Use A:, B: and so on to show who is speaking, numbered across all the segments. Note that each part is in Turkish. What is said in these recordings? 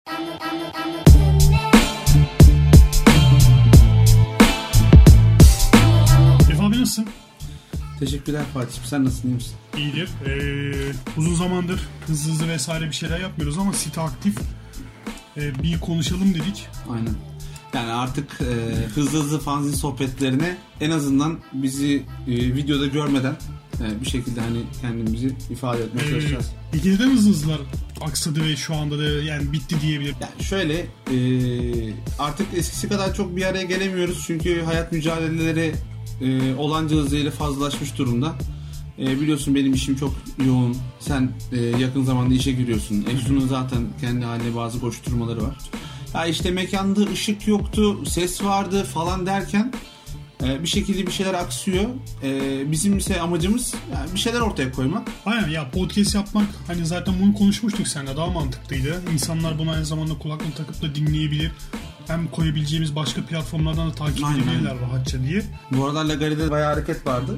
A: Abi nasılsın?
B: Teşekkürler Fatih. Sen nasılsın? İyi misin?
A: İyidir. Uzun zamandır hızlı vesaire bir şeyler yapmıyoruz ama site aktif. Bir konuşalım dedik.
B: Aynen. Yani artık hızlı fanzin sohbetlerine en azından bizi videoda görmeden bir şekilde hani kendimizi ifade etmeye çalışacağız.
A: İkide mi hızlılar aksadı ve şu anda da yani bitti diyebilirim.
B: Yani şöyle artık eskisi kadar çok bir araya gelemiyoruz çünkü hayat mücadeleleri olanca hızıyla fazlalaşmış durumda. Biliyorsun benim işim çok yoğun. Sen yakın zamanda işe giriyorsun. Efsun'un zaten kendi haline bazı koşturmaları var. Ya işte mekanda ışık yoktu, ses vardı falan derken bir şekilde bir şeyler aksıyor. Bizim ise amacımız yani bir şeyler ortaya koymak.
A: Aynen ya, podcast yapmak hani zaten bunu konuşmuştuk seninle, daha mantıklıydı. İnsanlar bunu aynı zamanda kulaklık takıp da dinleyebilir. Hem koyabileceğimiz başka platformlardan da takip edebilirler rahatça diye.
B: Bu arada Lagari'de bayağı hareket vardı.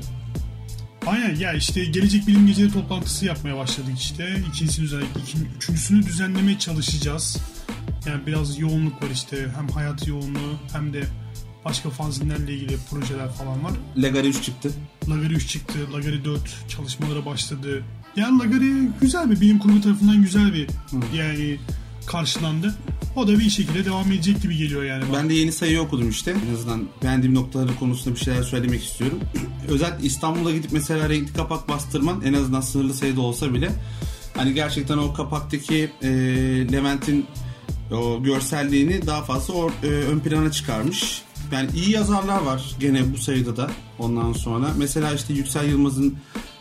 A: Aynen ya, işte Gelecek Bilim Geceleri toplantısı yapmaya başladık işte. Üçüncüsünü düzenlemeye çalışacağız. Yani biraz yoğunluk var işte. Hem hayat yoğunluğu hem de başka fanzinlerle ilgili projeler falan var.
B: Lagari 3 çıktı.
A: Lagari 3 çıktı. Lagari 4 çalışmalara başladı. Yani Lagari güzel bir bilim kurgu tarafından güzel bir yani karşılandı. O da bir şekilde devam edecek gibi geliyor yani.
B: Ben de yeni sayıyı okudum işte. En azından beğendiğim noktaları konusunda bir şeyler söylemek istiyorum. Özellikle İstanbul'a gidip mesela renkli kapak bastırman, en azından sınırlı sayıda olsa bile hani gerçekten o kapaktaki Levent'in o görselliğini daha fazla ön plana çıkarmış. Yani iyi yazarlar var gene bu sayıda da. Ondan sonra mesela işte Yüksel Yılmaz'ın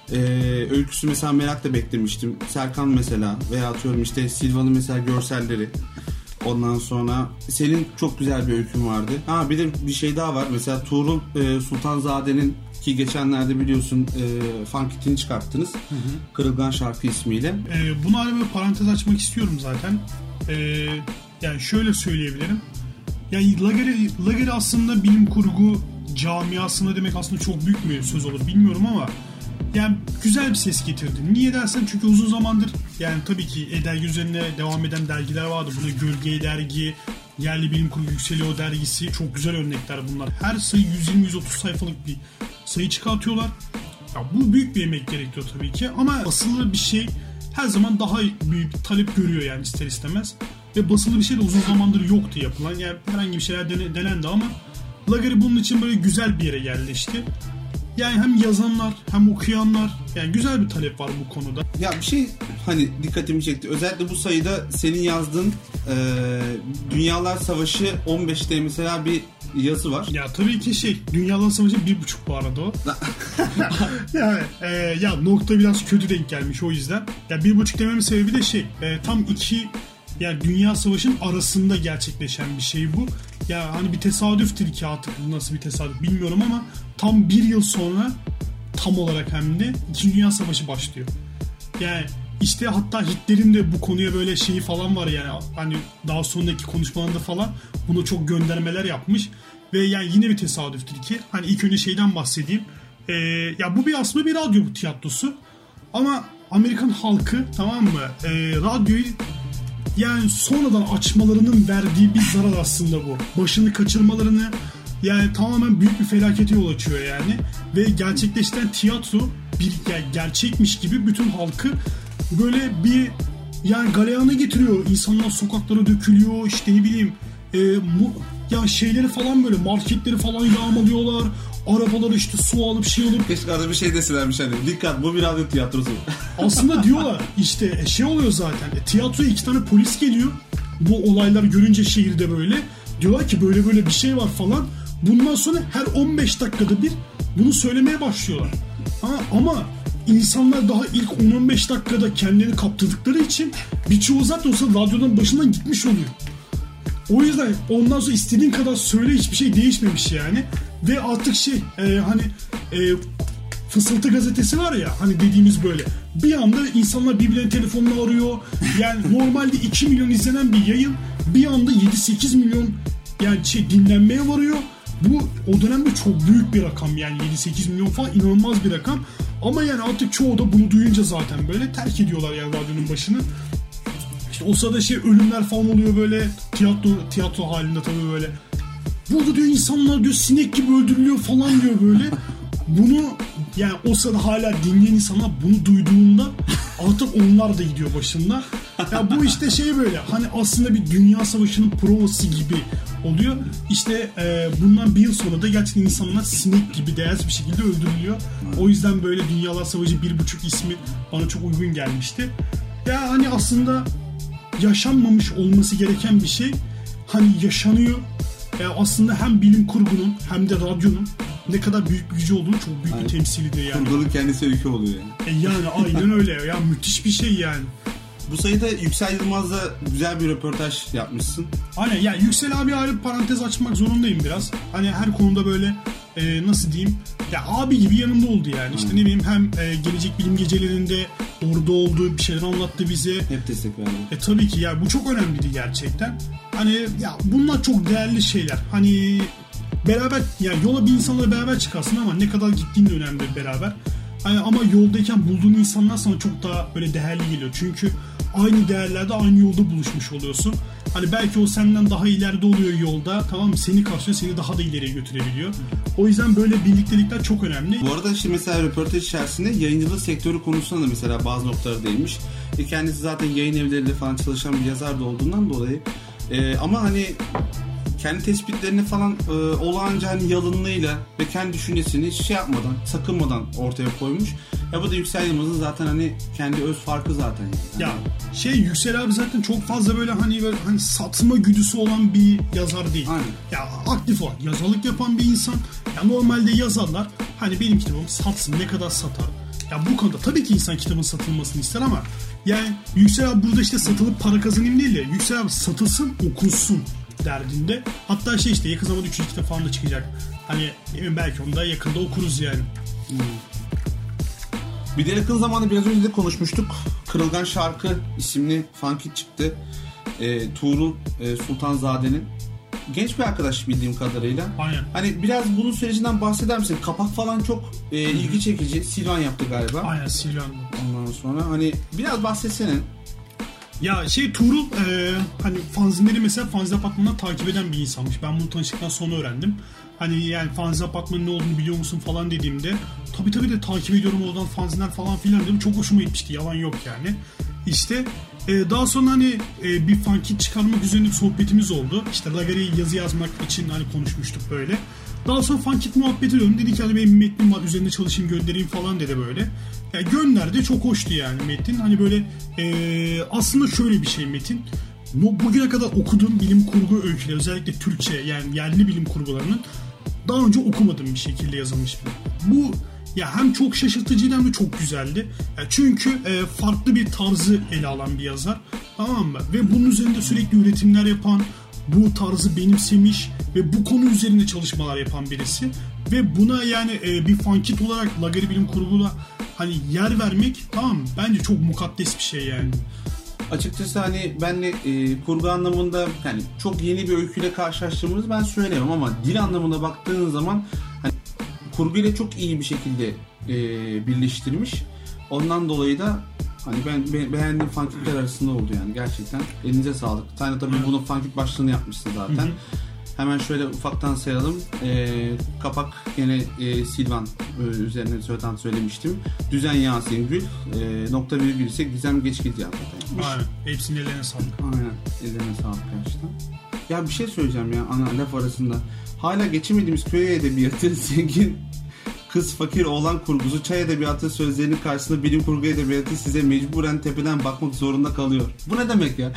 B: öyküsü mesela merakla beklemiştim. Serkan mesela veya atıyorum işte Silva'nın mesela görselleri. Ondan sonra senin çok güzel bir öykün vardı. Bir de bir şey daha var. Mesela Tuğrul Sultanzade'nin, ki geçenlerde biliyorsun Funkit'ini çıkarttınız. Kırılgan Şarkı ismiyle.
A: Bunu arada bir parantez açmak istiyorum zaten. Yani şöyle söyleyebilirim. Yani Lagari aslında bilim kurgu camiasına demek aslında çok büyük bir söz olur bilmiyorum ama yani güzel bir ses getirdi. Niye dersen çünkü uzun zamandır yani tabii ki dergi üzerine devam eden dergiler vardı. Buna Gölge dergi, Yerli Bilim Kurgu Yükseliyor dergisi, çok güzel örnekler bunlar. Her sayı 120-130 sayfalık bir sayı çıkartıyorlar. Ya bu büyük bir emek gerekiyor tabii ki ama basılı bir şey her zaman daha büyük bir talep görüyor yani ister istemez. Ve basılı bir şey de uzun zamandır yoktu yapılan. Yani herhangi bir şeyler denendi ama Lagari bunun için böyle güzel bir yere yerleşti. Yani hem yazanlar hem okuyanlar, yani güzel bir talep var bu konuda.
B: Ya bir şey hani dikkatimi çekti. Özellikle bu sayıda senin yazdığın Dünyalar Savaşı 15'te mesela bir yazı var.
A: Ya tabii ki Dünyalar Savaşı 1.5 bu arada o. Yani ya nokta biraz kötü denk gelmiş o yüzden. Ya 1.5 dememin sebebi de tam iki yani Dünya Savaşı'nın arasında gerçekleşen bir şey bu. Ya hani bir tesadüftür ki artık nasıl bir tesadüf bilmiyorum ama tam bir yıl sonra tam olarak hem de 2. Dünya Savaşı başlıyor. Yani işte hatta Hitler'in de bu konuya böyle şeyi falan var yani hani daha sonraki konuşmalarında falan buna çok göndermeler yapmış ve yani yine bir tesadüftür ki hani ilk önce şeyden bahsedeyim. Ya bu aslında bir radyo tiyatrosu ama Amerikan halkı, tamam mı, radyoyu yani sonradan açmalarının verdiği bir zarar aslında bu. Başını kaçırmalarını yani tamamen büyük bir felakete yol açıyor yani. Ve gerçekleşen tiyatro yani gerçekmiş gibi bütün halkı böyle bir yani galeyana getiriyor. İnsanlar sokaklara dökülüyor, işte ne bileyim ya şeyleri falan böyle marketleri falan yağmalıyorlar. Arabaları işte su alıp şey olup.
B: Keşke arada bir şey deselermiş hani. Dikkat, bu bir radyo tiyatrosu.
A: Aslında diyorlar işte oluyor zaten. Tiyatroya 2 tane polis geliyor. Bu olaylar görünce şehirde böyle. Diyorlar ki böyle bir şey var falan. Bundan sonra her 15 dakikada bir bunu söylemeye başlıyorlar. Ama insanlar daha ilk 10-15 dakikada kendilerini kaptırdıkları için birçoğu zaten olsa radyodan başından gitmiş oluyor. O yüzden ondan sonra istediğin kadar söyle, hiçbir şey değişmemiş yani. Ve artık Fısıltı gazetesi var ya hani dediğimiz böyle. Bir anda insanlar birbirlerinin telefonunu arıyor. Yani normalde 2 milyon izlenen bir yayın bir anda 7-8 milyon yani dinlenmeye varıyor. Bu o dönemde çok büyük bir rakam yani 7-8 milyon falan, inanılmaz bir rakam. Ama yani artık çoğu da bunu duyunca zaten böyle terk ediyorlar yani radyonun başını. İşte o sırada ölümler falan oluyor böyle tiyatro halinde tabii böyle. Burada diyor insanlar diyor sinek gibi öldürülüyor falan diyor böyle. Bunu yani o sırada hala dinleyen insanlar bunu duyduğunda artık onlar da gidiyor başında. Ya bu işte böyle hani aslında bir dünya savaşının provası gibi oluyor. İşte bundan bir yıl sonra da gerçekten insanlar sinek gibi değersiz bir şekilde öldürülüyor. O yüzden böyle Dünyalar Savaşı 1.5 ismi bana çok uygun gelmişti. Ya hani aslında yaşanmamış olması gereken bir şey hani yaşanıyor. Aslında hem bilim kurgunun hem de radyonun ne kadar büyük bir gücü olduğunu çok büyük bir temsilidir yani.
B: Kurgunun kendisi öykü oluyor yani.
A: Yani aynen öyle ya, müthiş bir şey yani.
B: Bu sayıda Yüksel Yılmaz'la güzel bir röportaj yapmışsın.
A: Aynen yani Yüksel abi ayrı bir parantez açmak zorundayım biraz. Hani her konuda böyle nasıl diyeyim ya abi gibi yanımda oldu yani. İşte ne bileyim hem Gelecek Bilim Gecelerinde orada olduğu bir şeyler anlattı bize.
B: Hep destek verdi.
A: Tabii ki ya bu çok önemliydi gerçekten. Hani ya bunlar çok değerli şeyler. Hani beraber yani yola bir insanla beraber çıkarsın ama ne kadar gittiğin de önemli beraber. Hani ama yoldayken bulduğun insanlar sana çok daha böyle değerli geliyor. Çünkü aynı değerlerde aynı yolda buluşmuş oluyorsun. Hani belki o senden daha ileride oluyor yolda, tamam mı? Seni karşılıyor, seni daha da ileriye götürebiliyor. O yüzden böyle birliktelikler çok önemli.
B: Bu arada mesela röportaj içerisinde yayıncılık sektörü konusunda da mesela bazı noktalara değinmiş. Kendisi zaten yayın evleriyle falan çalışan bir yazar da olduğundan dolayı. Ama hani kendi tespitlerini falan olağanca hani yalınlığıyla ve kendi düşüncesini hiç yapmadan, sakınmadan ortaya koymuş. Ya bu da Yüksel Yılmaz'ın zaten hani kendi öz farkı zaten yani.
A: Ya Yüksel abi zaten çok fazla böyle hani satma güdüsü olan bir yazar değil.
B: Aynen.
A: Ya aktif olarak yazarlık yapan bir insan. Ya normalde yazarlar hani benim kitabım satsın, ne kadar satar. Ya bu konuda tabii ki insan kitabın satılmasını ister ama yani Yüksel abi burada işte satılıp para kazanayım değil de Yüksel abi satılsın, okunsun derdinde. Hatta işte yakın zamanda 3. kitap falan da çıkacak. Hani belki onu da yakında okuruz yani.
B: Bir de yakın zamanda biraz önce de konuşmuştuk. Kırılgan Şarkı isimli funkit çıktı. Tuğrul Sultanzade'nin. Genç bir arkadaş bildiğim kadarıyla.
A: Aynen.
B: Hani biraz bunun sürecinden bahseder misin? Kapak falan çok ilgi çekici. Silvan yaptı galiba.
A: Aynen, Silvan.
B: Ondan sonra hani biraz bahsetsene.
A: Ya Tuğrul hani fanzinleri mesela Fanzin Apartmanı'ndan takip eden bir insanmış. Ben bunu tanıştıktan sonra öğrendim. Hani yani Fanzin Apartmanı'nın ne olduğunu biliyor musun falan dediğimde tabii de takip ediyorum oradan fanzinler falan filan dedim. Çok hoşuma gitmişti, yalan yok yani. İşte daha sonra hani bir funkit çıkarmak üzerine bir sohbetimiz oldu. İşte Lagari'yi yazı yazmak için hani konuşmuştuk böyle. Daha sonra funkit muhabbeti döndü. Dedi ki hani benim metnim var, üzerinde çalışayım göndereyim falan dedi böyle. Yani gönderdi, çok hoştu yani metin. Hani böyle aslında şöyle bir şey metin. Bugüne kadar okuduğum bilim kurgu öyküleri, özellikle Türkçe yani yerli bilim kurgularının daha önce okumadığım bir şekilde yazılmış bir. Bu ya hem çok şaşırtıcıydı hem de çok güzeldi. Ya çünkü farklı bir tarzı ele alan bir yazar. Tamam mı? Ve bunun üzerinde sürekli üretimler yapan, bu tarzı benimsemiş ve bu konu üzerinde çalışmalar yapan birisi. Ve buna yani bir funkit olarak Lagari bilim kurguna hani yer vermek, tamam mı? Bence çok mukaddes bir şey yani.
B: Açıkçası hani benle kurgu anlamında yani çok yeni bir öyküyle karşılaştığımızı ben söyleyemem ama dil anlamında baktığın zaman hani kurguyla çok iyi bir şekilde birleştirmiş. Ondan dolayı da hani ben beğendiğim funkitler arasında oldu yani gerçekten. Elinize sağlık. Sen de tabii bunun funkit başlığını yapmışsın zaten. Hı-hı. Hemen şöyle ufaktan sayalım. Kapak yine Silvan üzerine zaten söylemiştim. Düzen Yasin Gül. Nokta virgül ise Gizem Geçgit yapmış.
A: Aynen. Hepsinin ellerine sağlık.
B: Aynen. Ellerine sağlık gerçekten. Ya bir şey söyleyeceğim ya laf arasında. Hala geçemediğimiz köy edebiyatı, zengin kız fakir oğlan kurgusu, çay edebiyatı sözlerinin karşısında bilim kurgu edebiyatı size mecburen tepeden bakmak zorunda kalıyor. Bu ne demek ya?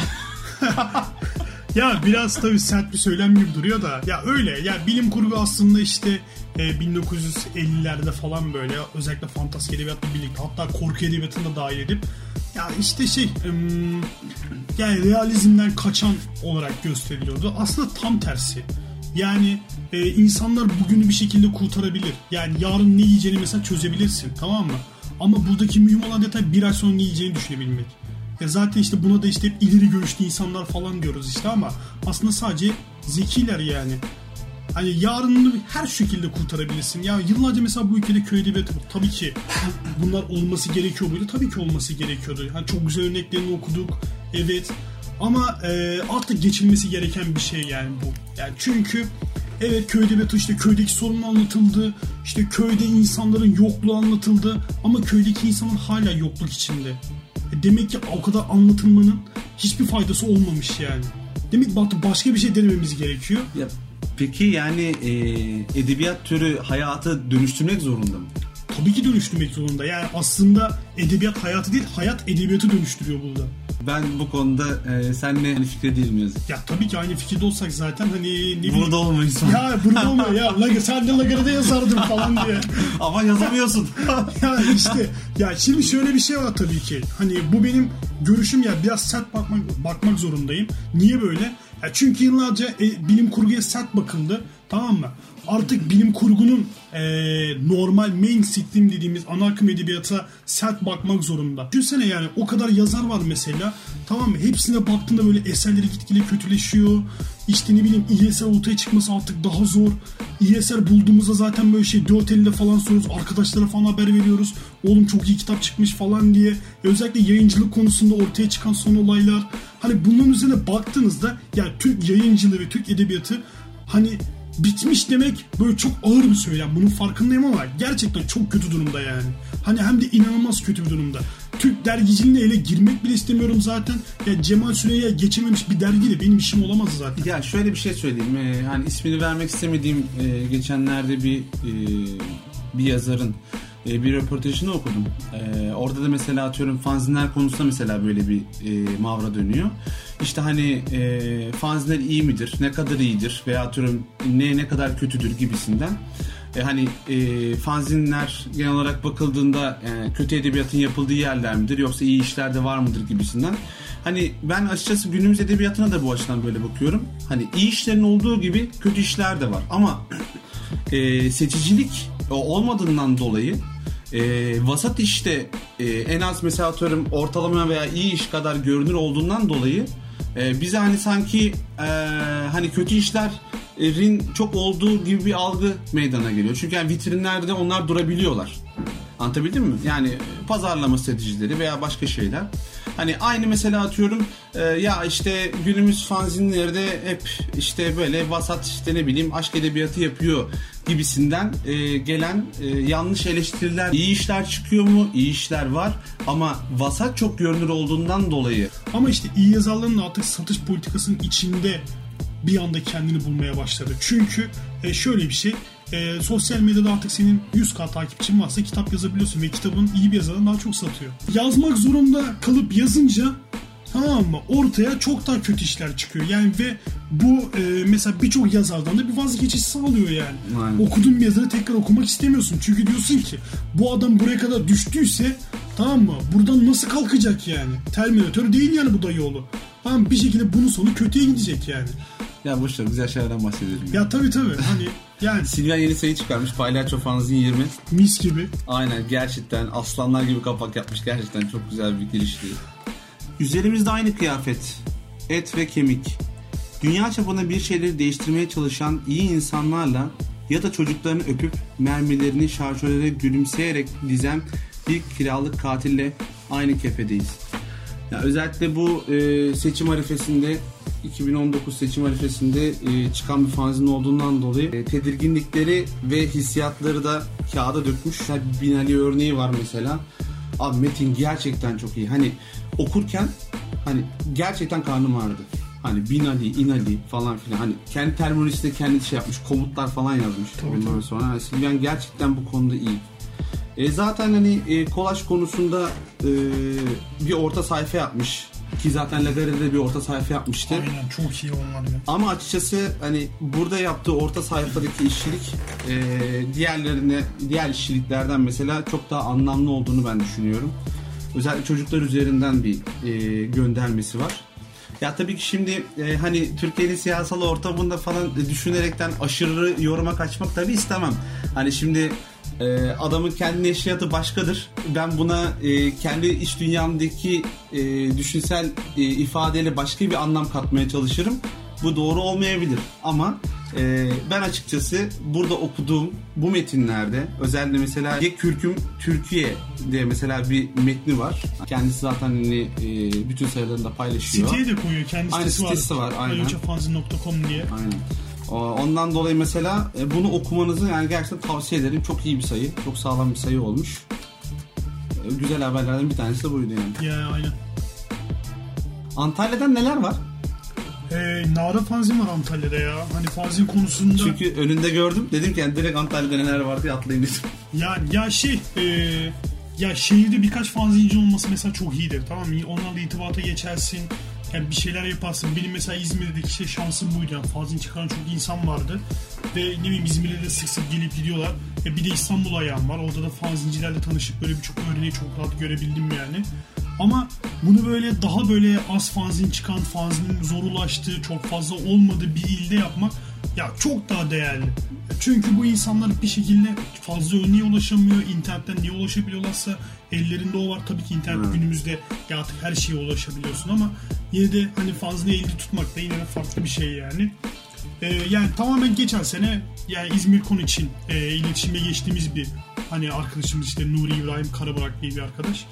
A: Ya biraz tabii sert bir söylem gibi duruyor da ya öyle ya bilim kurgu aslında işte 1950'lerde falan böyle özellikle fantastik edebiyatla birlikte hatta korku edebiyatını da dahil edip ya işte yani realizmden kaçan olarak gösteriliyordu. Aslında tam tersi. Yani insanlar bugünü bir şekilde kurtarabilir. Yani yarın ne yiyeceğini mesela çözebilirsin, tamam mı? Ama buradaki mühim olan detay bir ay sonra ne yiyeceğini düşünebilmek. Ya zaten işte buna da işte hep ileri görüşlü insanlar falan diyoruz işte ama aslında sadece zekiler yani. Hani yarını her şekilde kurtarabilirsin. Ya yıllarca mesela bu ülkede köy edebiyatı tabii ki bunlar olması gerekiyor muydu? Tabii ki olması gerekiyordu. Hani çok güzel örneklerini okuduk. Evet. Ama artık geçilmesi gereken bir şey yani bu. Yani çünkü evet köy edebiyatı işte köydeki sorun anlatıldı. İşte köyde insanların yokluğu anlatıldı. Ama köydeki insanın hala yokluk içinde. Demek ki o kadar anlatılmanın hiçbir faydası olmamış yani. Demek ki başka bir şey denememiz gerekiyor.
B: Ya, peki yani edebiyat türü hayatı dönüştürmek zorunda mı?
A: Tabii ki dönüştürmek zorunda. Yani aslında edebiyat hayatı değil, hayat edebiyatı dönüştürüyor burada.
B: Ben bu konuda seninle aynı fikre değilim yazık.
A: Ya tabii ki aynı fikirde olsak zaten hani...
B: Burada olmayız.
A: Ya burada olmuyor ya. Sen de Lagara'da yazardın falan diye.
B: Ama yazamıyorsun.
A: Ya işte. Ya şimdi şöyle bir şey var tabii ki. Hani bu benim görüşüm ya. Biraz sert bakmak zorundayım. Niye böyle? Ya çünkü yıllarca bilim kurguya sert bakıldı. Tamam mı? Artık bilim kurgunun normal mainstream dediğimiz ana akım edebiyata sert bakmak zorunda. Düşünsene yani o kadar yazar var mesela. Tamam mı? Hepsine baktığında böyle eserleri gitgide kötüleşiyor. İşte ne bileyim iyi eser ortaya çıkması artık daha zor. İyi eser bulduğumuzda zaten böyle 4 elle falan soruyoruz. Arkadaşlara falan haber veriyoruz. Oğlum çok iyi kitap çıkmış falan diye. Özellikle yayıncılık konusunda ortaya çıkan son olaylar. Hani bunların üzerine baktığınızda yani Türk yayıncılığı ve Türk edebiyatı hani bitmiş demek böyle çok ağır bir söylem. Bunun farkındayım ama gerçekten çok kötü durumda yani. Hani hem de inanılmaz kötü bir durumda. Türk dergiciliğine ele girmek bile istemiyorum zaten. Ya Cemal Süreyya geçememiş bir dergiyle benim işim olamaz zaten.
B: Ya şöyle bir şey söyleyeyim. Hani ismini vermek istemediğim geçenlerde bir yazarın bir röportajını okudum. Orada da mesela atıyorum fanzinler konusunda mesela böyle bir mavra dönüyor. İşte hani fanzinler iyi midir? Ne kadar iyidir? Veya atıyorum ne kadar kötüdür gibisinden. Hani fanzinler genel olarak bakıldığında kötü edebiyatın yapıldığı yerler midir? Yoksa iyi işler de var mıdır gibisinden. Hani ben açıkçası günümüz edebiyatına da bu açıdan böyle bakıyorum. Hani iyi işlerin olduğu gibi kötü işler de var. Ama seçicilik olmadığından dolayı vasat işte en az mesela atıyorum ortalama veya iyi iş kadar görünür olduğundan dolayı bize hani sanki hani kötü işlerin çok olduğu gibi bir algı meydana geliyor. Çünkü yani vitrinlerde onlar durabiliyorlar. Anlatabildim mi? Yani pazarlama stratejileri veya başka şeyler. Hani aynı mesela atıyorum ya işte günümüz fanzinleri de hep işte böyle vasat işte ne bileyim aşk edebiyatı yapıyor gibisinden gelen yanlış eleştiriler. İyi işler çıkıyor mu? İyi işler var ama vasat çok görünür olduğundan dolayı.
A: Ama işte iyi yazarların artık satış politikasının içinde bir anda kendini bulmaya başladı. Çünkü şöyle bir şey. Sosyal medyada artık senin 100k takipçin varsa kitap yazabiliyorsun ve kitabın iyi bir yazardan daha çok satıyor. Yazmak zorunda kalıp yazınca tamam mı? Ortaya çok daha kötü işler çıkıyor. Yani ve bu mesela birçok yazardan da bir vazgeçiş sağlıyor yani.
B: Aynen.
A: Okuduğun bir yazarı tekrar okumak istemiyorsun. Çünkü diyorsun ki bu adam buraya kadar düştüyse tamam mı? Buradan nasıl kalkacak yani? Terminator değil yani bu da yolu. Tamam bir şekilde bunun sonu kötüye gidecek yani.
B: Ya boşver güzel şeylerden bahsedelim.
A: Ya tabii hani yani.
B: Silvan yeni sayı çıkarmış. Palyaço Fanzin 20.
A: Mis gibi.
B: Aynen gerçekten aslanlar gibi kapak yapmış. Gerçekten çok güzel bir girişti. Üzerimizde aynı kıyafet, et ve kemik. Dünya çapında bir şeyleri değiştirmeye çalışan iyi insanlarla ya da çocuklarını öpüp mermilerini şarjörlere gülümseyerek dizen bir kiralık katille aynı kefedeyiz. Ya özellikle bu seçim arifesinde 2019 seçim arifesinde çıkan bir fanzin olduğundan dolayı tedirginlikleri ve hissiyatları da kağıda dökmüş. Binali örneği var mesela. Abi metin gerçekten çok iyi. Hani okurken hani gerçekten karnım ağrıdı. Hani Binali, İnali falan filan. Hani kendi terminolojisinde kendi şey yapmış. Komutlar falan yazmış. Ondan sonra. Yani Silvan gerçekten bu konuda iyi. Zaten hani kolaj konusunda bir orta sayfa yapmış. Ki zaten Lagare'de bir orta sayfa yapmıştı.
A: Aynen çok iyi onlar ya.
B: Ama açıkçası hani burada yaptığı orta sayfadaki işçilik diğer işçiliklerden mesela çok daha anlamlı olduğunu ben düşünüyorum. Özellikle çocuklar üzerinden bir göndermesi var. Ya tabii ki şimdi hani Türkiye'nin siyasal ortamında falan düşünerekten aşırı yoruma kaçmak tabii istemem. Hani şimdi adamın kendi neşriyatı başkadır. Ben buna kendi iç dünyamdaki düşünsel ifadeyle başka bir anlam katmaya çalışırım. Bu doğru olmayabilir. Ama Ben açıkçası burada okuduğum bu metinlerde özellikle mesela Ye Kürküm Türkiye diye mesela bir metni var. Kendisi zaten bütün sayılarını da paylaşıyor.
A: Siteye de koyuyor. Kendi
B: aynı
A: sitesi
B: var. Aynen.
A: Fanzine.com diye.
B: Aynen. Ondan dolayı mesela bunu okumanızı yani gerçekten tavsiye ederim. Çok iyi bir sayı. Çok sağlam bir sayı olmuş. Güzel haberlerden bir tanesi de buydu yani.
A: Ya aynen.
B: Antalya'dan neler var?
A: Nara fanzin var Antalya'da ya. Hani fanzin konusunda...
B: Çünkü önünde gördüm. Dedim ki yani direkt Antalya'da neler var diye atlayayım dedim.
A: Ya şehirde birkaç fanzinci olması mesela çok iyidir. Tamam mı? Onlarla irtibata geçersin. Yani bir şeyler yaparsın. Benim mesela İzmir'deki şansım buydu. Yani fanzin çıkaran çok insan vardı. Ve ne bileyim İzmir'e de sık sık gelip gidiyorlar. Bir de İstanbul ayağım var. Orada da fanzincilerle tanışıp böyle birçok örneği çok rahat görebildim yani. Ama bunu böyle daha böyle az fanzin çıkan, fanzinin zor ulaştığı, çok fazla olmadığı bir ilde yapmak ya çok daha değerli. Çünkü bu insanlar bir şekilde fazla örneğe ulaşamıyor. İnternetten niye ulaşabiliyorlarsa ellerinde o var. Tabii ki internet günümüzde ya artık her şeye ulaşabiliyorsun ama yine de hani fanzini elde tutmak da yine de farklı bir şey yani. Yani tamamen geçen sene yani İzmirkon için iletişime geçtiğimiz bir hani arkadaşımız işte Nuri İbrahim Karabırak diye bir arkadaş.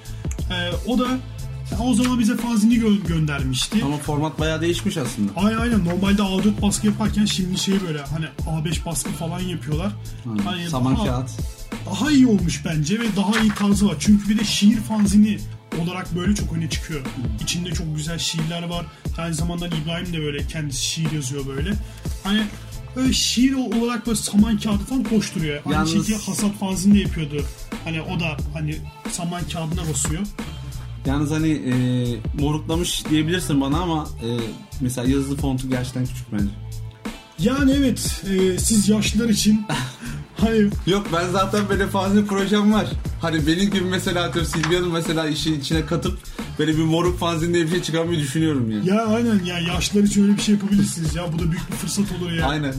A: O da o zaman bize fanzini göndermişti.
B: Ama format bayağı değişmiş aslında.
A: Aynen. Normalde A4 baskı yaparken şimdi böyle hani A5 baskı falan yapıyorlar. Hani
B: saman kağıt.
A: Daha iyi olmuş bence ve daha iyi tarzı var. Çünkü bir de şiir fanzini olarak böyle çok öne çıkıyor. İçinde çok güzel şiirler var. Aynı zamanda İbrahim de böyle kendisi şiir yazıyor böyle. Hani böyle şiir olarak böyle saman kağıdı falan hoş duruyor. Aynı şekilde Hasat fanzini de yapıyordu. Hani o da hani saman kağıdına basıyor.
B: Yalnız hani moruklamış diyebilirsin bana ama mesela yazılı fontu gerçekten küçük bence.
A: Yani evet siz yaşlılar için hayır.
B: Yok ben zaten böyle fazla projem var. Hani benim gibi mesela Silvia'nın mesela işin içine katıp böyle bir moruk fanzin diye bir şey çıkarmayı düşünüyorum yani.
A: Ya aynen ya yaşlılar için öyle bir şey yapabilirsiniz ya. Bu da büyük bir fırsat olur ya.
B: Aynen.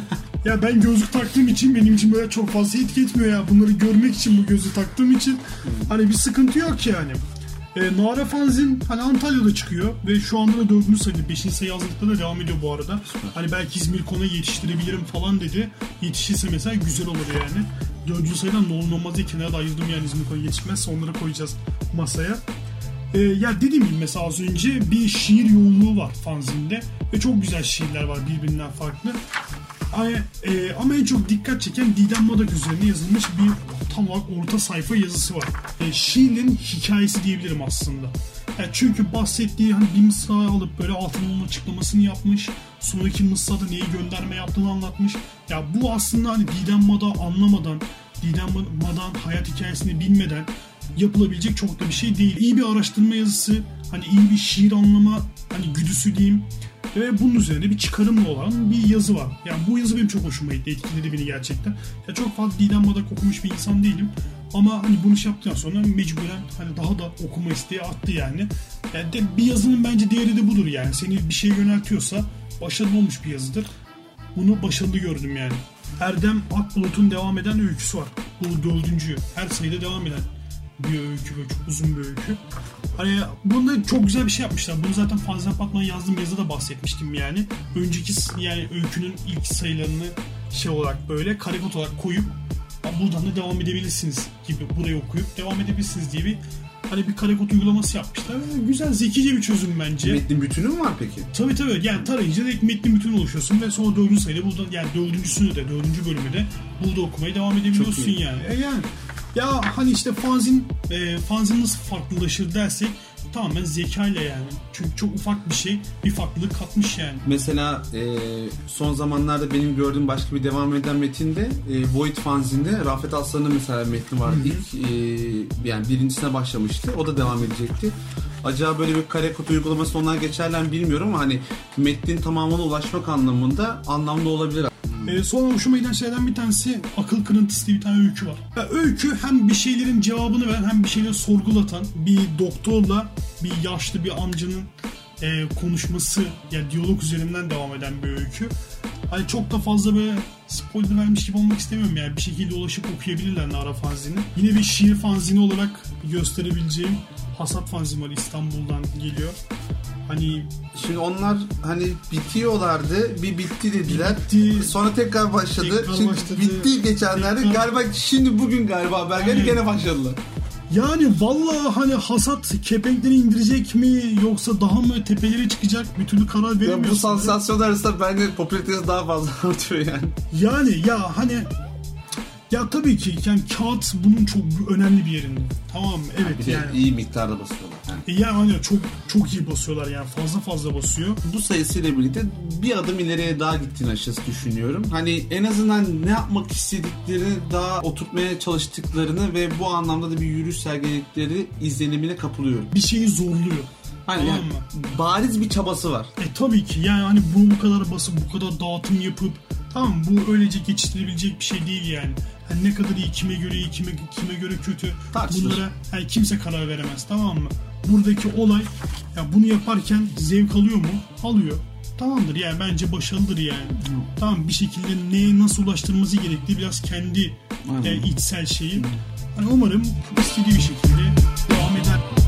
A: Ya ben gözlük taktığım için benim için böyle çok fazla etki etmiyor ya. Bunları görmek için bu gözlüğü taktığım için hani bir sıkıntı yok yani. Nara fanzin hani Antalya'da çıkıyor ve şu anda da 4. sayıda 5. sayı hazırlıkta da devam ediyor bu arada. Hani belki İzmirkon'a yetiştirebilirim falan dedi. Yetişirse mesela güzel olur yani. 4. sayıdan ne olur olmaz diye kenara da ayırdım yani İzmirkon'a yetişmezse onları koyacağız masaya. Ya dediğim gibi mesela az önce bir şiir yoğunluğu var fanzinde ve çok güzel şiirler var birbirinden farklı. Ama en çok dikkat çeken Didem Madak üzerine yazılmış bir tam olarak orta sayfa yazısı var. Şiirin hikayesi diyebilirim aslında. Çünkü bahsettiği hani bir mısra alıp böyle altına onun açıklamasını yapmış. Sonraki mısrada neyi gönderme yaptığını anlatmış. Ya bu aslında hani Didem Madak'ı anlamadan, Didem Madak'ın hayat hikayesini bilmeden yapılabilecek çok da bir şey değil. İyi bir araştırma yazısı, hani iyi bir şiir anlama hani güdüsü diyeyim. Ve bunun üzerine bir çıkarımla olan bir yazı var. Yani bu yazı benim çok hoşuma gitti. Etkiledi beni gerçekten. Ya çok fazla Didem Madak okumuş bir insan değilim. Ama hani bunu yaptıktan sonra mecburen hani daha da okuma isteği attı yani. Yani de bir yazının bence değeri de budur yani. Seni bir şeye yöneltiyorsa başarılı olmuş bir yazıdır. Bunu başarılı gördüm yani. Erdem Akbulut'un devam eden öyküsü var. Bu 4. her sayıda devam eden bir öykü, böyle çok uzun bir öykü. Hani bunda çok güzel bir şey yapmışlar. Bunu zaten Fanzine Patman'a yazdığım yazıda da bahsetmiştim yani. Önceki yani öykünün ilk sayılarını şey olarak böyle karikot olarak koyup buradan da devam edebilirsiniz gibi, burayı okuyup devam edebilirsiniz diye bir hani bir karikot uygulaması yapmışlar. Güzel, zekice bir çözüm bence.
B: Metnin bütünü mü var peki?
A: Tabii. Yani tarayınca direkt metnin bütünü oluşuyorsun ve sonra 4. sayıda burada yani 4. bölümü de burada okumaya devam edebiliyorsun yani. Ya hani işte fanzin nasıl farklılaşır dersek tamamen zekayla yani. Çünkü çok ufak bir şey bir farklılık katmış yani.
B: Mesela son zamanlarda benim gördüğüm başka bir devam eden metinde Void fanzinde Rafet Aslan'ın mesela metni vardı. İlk yani birincisine başlamıştı. O da devam edecekti. Acaba böyle bir karekod uygulaması onlar geçerler mi bilmiyorum ama hani metnin tamamına ulaşmak anlamında anlamlı olabilir.
A: Sonra hoşuma giden şeylerden bir tanesi Akıl Kırıntısı diye bir tane öykü var. Öykü hem bir şeylerin cevabını veren hem bir şeyleri sorgulatan bir doktorla bir yaşlı bir amcanın konuşması yani diyalog üzerinden devam eden bir öykü. Hani çok da fazla böyle spoiler vermiş gibi olmak istemiyorum yani bir şekilde ulaşıp okuyabilirler Nara fanzini. Yine bir şiir fanzini olarak gösterebileceğim Hasat fanzini var, İstanbul'dan geliyor. Hani
B: şimdi onlar hani bitiyorlardı, bir bitti dediler.
A: Bitti.
B: Sonra tekrar başladı.
A: Tekrar
B: Şimdi
A: başladı.
B: bitti geçenlerde.
A: Tekrar.
B: Galiba şimdi bugün galiba haber geldi, gene başladılar.
A: yani vallahi hani hasat kepenkleri indirecek mi yoksa daha mı tepelere çıkacak bir türlü karar
B: Ya
A: veremiyorsun.
B: bu sansasyon arasında bence popülaritesi daha fazla artıyor yani.
A: Yani ya hani ya tabii ki yani kağıt bunun çok önemli bir yerinde. Tamam mı? Evet
B: Bir de
A: yani.
B: iyi miktarda basıyorlar. Yani.
A: Yani çok iyi basıyorlar yani fazla basıyor.
B: Bu sayısıyla birlikte bir adım ileriye daha gittiğini açıkçası düşünüyorum. Hani en azından ne yapmak istediklerini daha oturtmaya çalıştıklarını ve bu anlamda da bir yürüyüş sergiledikleri izlenimine kapılıyorum.
A: Bir şeyi zorluyor.
B: Hani
A: Tamam
B: yani
A: mı?
B: bariz bir çabası var.
A: Tabii ki yani hani bunu bu kadar basıp bu kadar dağıtım yapıp tamam bu öylece geçiştirilebilecek bir şey değil yani. Hani ne kadar iyi, kime göre iyi, kime göre kötü,
B: Tartışılır.
A: bunlara yani kimse karar veremez, tamam mı? Buradaki olay ya bunu yaparken zevk alıyor mu? Alıyor. Tamamdır yani bence başarılıdır yani. Tamam, bir şekilde neye nasıl ulaştırılması gerektiği biraz kendi içsel şeyi. Hani umarım istediği bir şekilde devam eder.